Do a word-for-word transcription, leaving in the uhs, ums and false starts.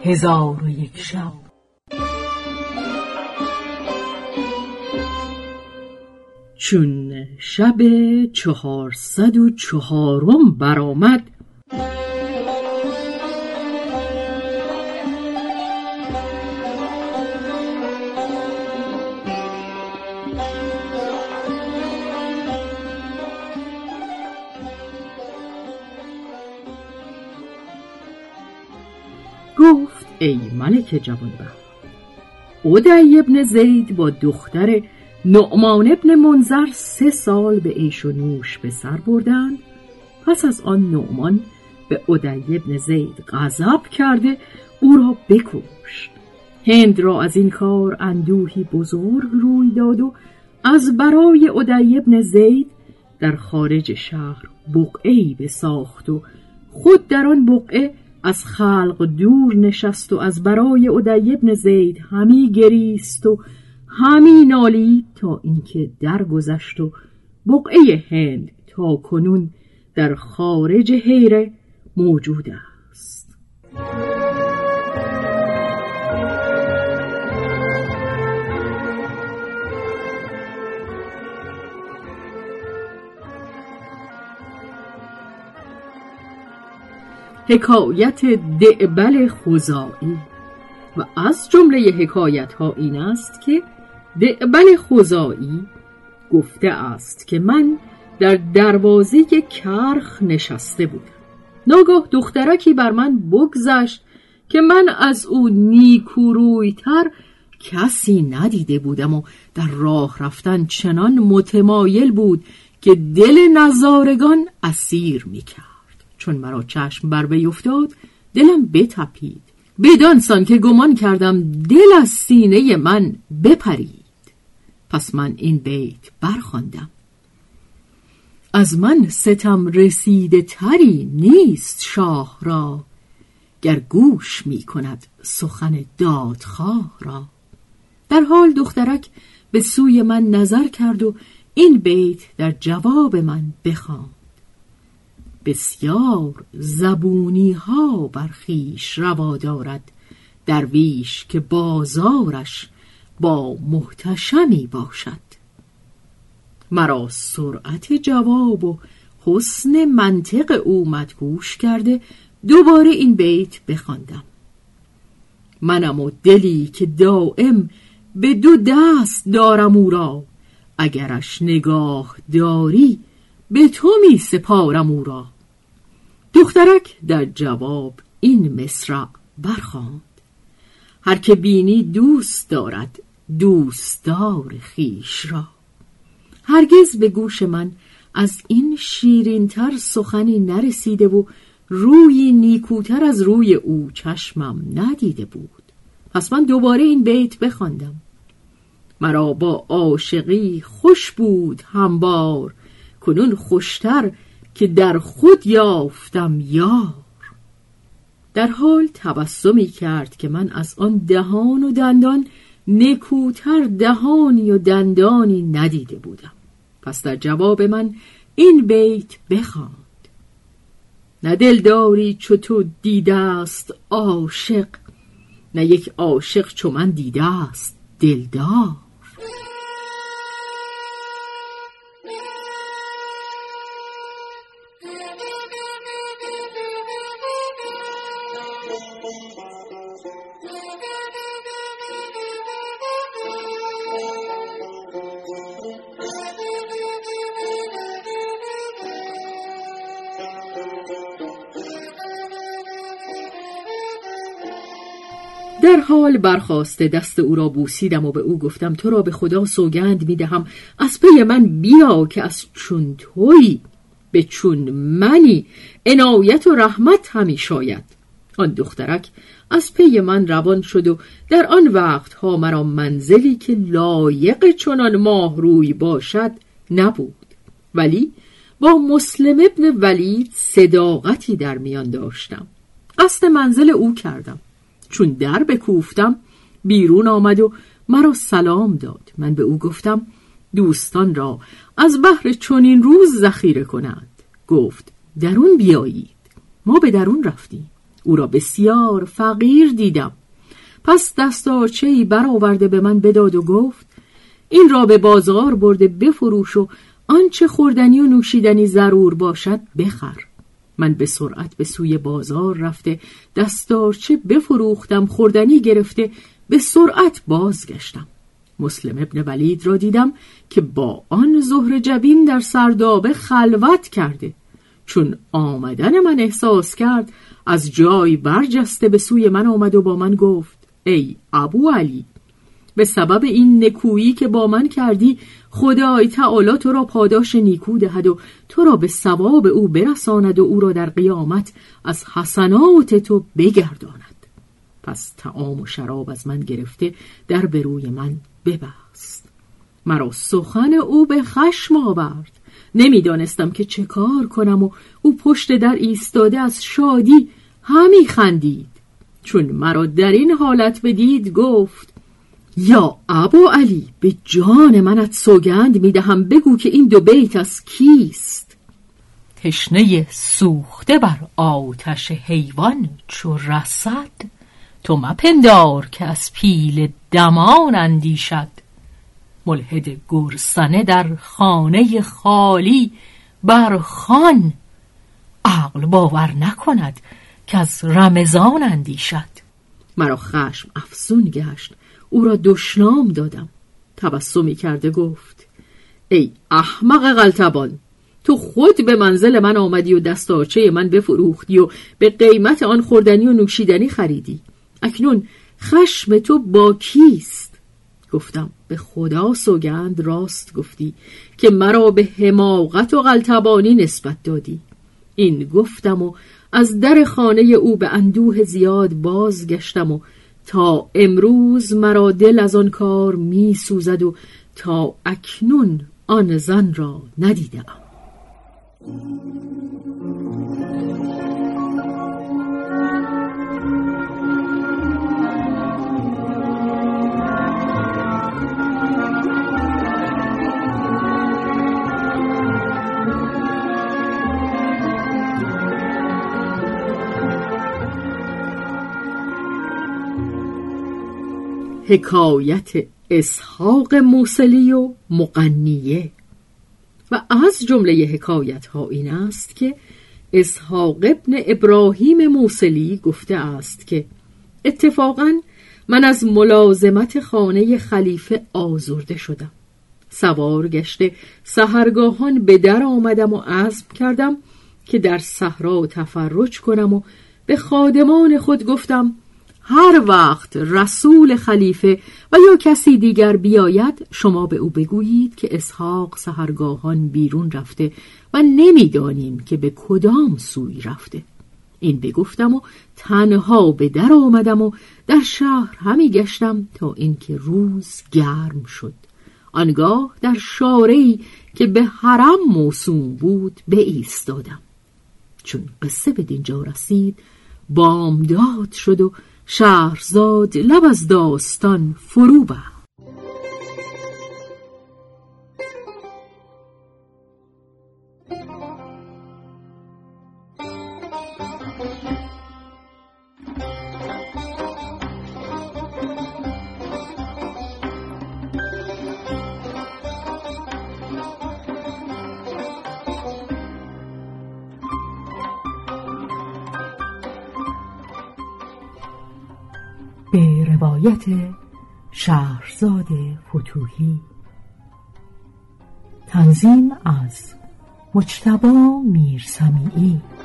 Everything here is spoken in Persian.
هزار و یک شب. چون شب چهارصد و چهارم برآمد، گفت ای ملک جوانبخت، عدی ابن زید با دختر نعمان ابن منذر سه سال به عیش و نوش به سر بردند. پس از آن نعمان به عدی ابن زید غضب کرده او را بکشت. هند را از این کار اندوهی بزرگ روی داد و از برای عدی ابن زید در خارج شهر بقعه‌ای بساخت و خود در آن بقعه از خلق دور نشست و از برای عدی ابن زید همی گریست و همی نالید تا اینکه درگذشت و بقعه هند تا کنون در خارج حیره موجود است. حکایت دعبل خزاعی. و از جمله حکایت ها این است که دعبل خزاعی گفته است که من در دروازه کرخ نشسته بودم. ناگاه دخترکی بر من بگذشت که من از او نیکورویتر کسی ندیده بودم و در راه رفتن چنان متمایل بود که دل نظارگان اسیر می کرد. چون مرا چشم بر وی افتاد دلم بتپید، بدان سان که گمان کردم دل از سینه من بپرید. پس من این بیت برخواندم: از من ستم رسیده تری نیست شاه را، گر گوش می کند سخن دادخواه را. در حال دخترک به سوی من نظر کرد و این بیت در جواب من بخواند: بسیار زبونی ها بر خویش روا دارد درویش، که بازارش با محتشمی باشد. مرا سرعت جواب و حسن منطق او مدهوش کرده دوباره این بیت بخواندم: منم و دلی که دائم به دو دست دارم او را، اگرش نگاه داری به تو می سپارم او را. دخترک در جواب این مصرع برخواند: هر که بینی دوست دارد دوستدار خویش را. هرگز به گوش من از این شیرین‌تر سخنی نرسیده و روی نیکوتر از روی او چشمم ندیده بود. پس من دوباره این بیت بخواندم: مرا با عاشقی خوش بود همبار، کنون خوشتر که در خود یافتم یار. در حال تبسمی کرد که من از آن دهان و دندان نکوتر دهانی و دندانی ندیده بودم. پس در جواب من این بیت بخواند: نه دلداری چو تو دیده است عاشق، نه یک عاشق چو من دیده است دلدار. در حال برخاسته دست او را بوسیدم و به او گفتم: تو را به خدا سوگند می دهم از پی من بیا، که از چون تویی به چون منی عنایت و رحمت همی شاید. آن دخترک از پی من روان شد و در آن وقت ها مرا منزلی که لایق چنان ماه روی باشد نبود، ولی با مسلم ابن ولید صداقتی در میان داشتم. قصد منزل او کردم. چون در بکوفتم بیرون آمد و مرا سلام داد. من به او گفتم: دوستان را از بهر چنین روز ذخیره کنند. گفت: درون بیایید. ما به درون رفتیم. او را بسیار فقیر دیدم. پس دستارچه‌ای برآورده به من بداد و گفت این را به بازار برده بفروش و آنچه خوردنی و نوشیدنی ضرور باشد بخر. من به سرعت به سوی بازار رفته دستارچه بفروختم، خوردنی گرفته به سرعت بازگشتم. مسلم ابن ولید را دیدم که با آن زهره جبین در سردابه خلوت کرده. چون آمدن من احساس کرد از جای برجسته به سوی من آمد و با من گفت ای ابو علی، به سبب این نکویی که با من کردی خدای تعالی تو را پاداش نیکو دهد و تو را به ثواب او برساند و او را در قیامت از حسنات تو بگرداند. پس طعام و شراب از من گرفته در بروی من ببست. مرا سخن او به خشم آورد. نمیدانستم که چه کار کنم و او پشت در ایستاده از شادی همی خندید. چون مرا در این حالت بدید گفت یا ابو علی، به جان منت سوگند میدهم بگو که این دو بیت از کیست؟ تشنه سوخته بر آتش حیوان چو رسد، تو مپندار که از پیل دمان اندیشد. ملحد گرسنه در خانه خالی بر خوان، عقل باور نکند که از رمضان اندیشد. مرا خشم افزون گشت، او را دشنام دادم. تبسمی کرده گفت ای احمق قلتبان، تو خود به منزل من آمدی و دستارچه من بفروختی و به قیمت آن خوردنی و نوشیدنی خریدی. اکنون خشم تو با کیست؟ گفتم به خدا سوگند راست گفتی که مرا به حماقت و قلتبانی نسبت دادی. این گفتم و از در خانه او به اندوه زیاد بازگشتم و تا امروز مرا دل از آن کار می سوزد و تا اکنون آن زن را ندیدم. حکایت اسحاق موصلی و مغنیه. و از جمله حکایت ها این است که اسحاق ابن ابراهیم موصلی گفته است که اتفاقاً من از ملازمت خانه خلیفه آزرده شدم. سوار گشته سحرگاهان به در آمدم و عزم کردم که در صحرا تفرج کنم و به خادمان خود گفتم هر وقت رسول خلیفه و یا کسی دیگر بیاید شما به او بگویید که اسحاق سحرگاهان بیرون رفته و نمیدانیم که به کدام سوی رفته. این بگفتم و تنها به در آمدم و در شهر همی گشتم تا اینکه روز گرم شد. آنگاه در شارعی که به حرم موسوم بود بایستادم. چون قصه به دینجا رسید بامداد شد و شهرزاد لب از داستان فرو بست. به روایت شهرزاد فتوحی. تنظیم از مجتبی میرسمیعی.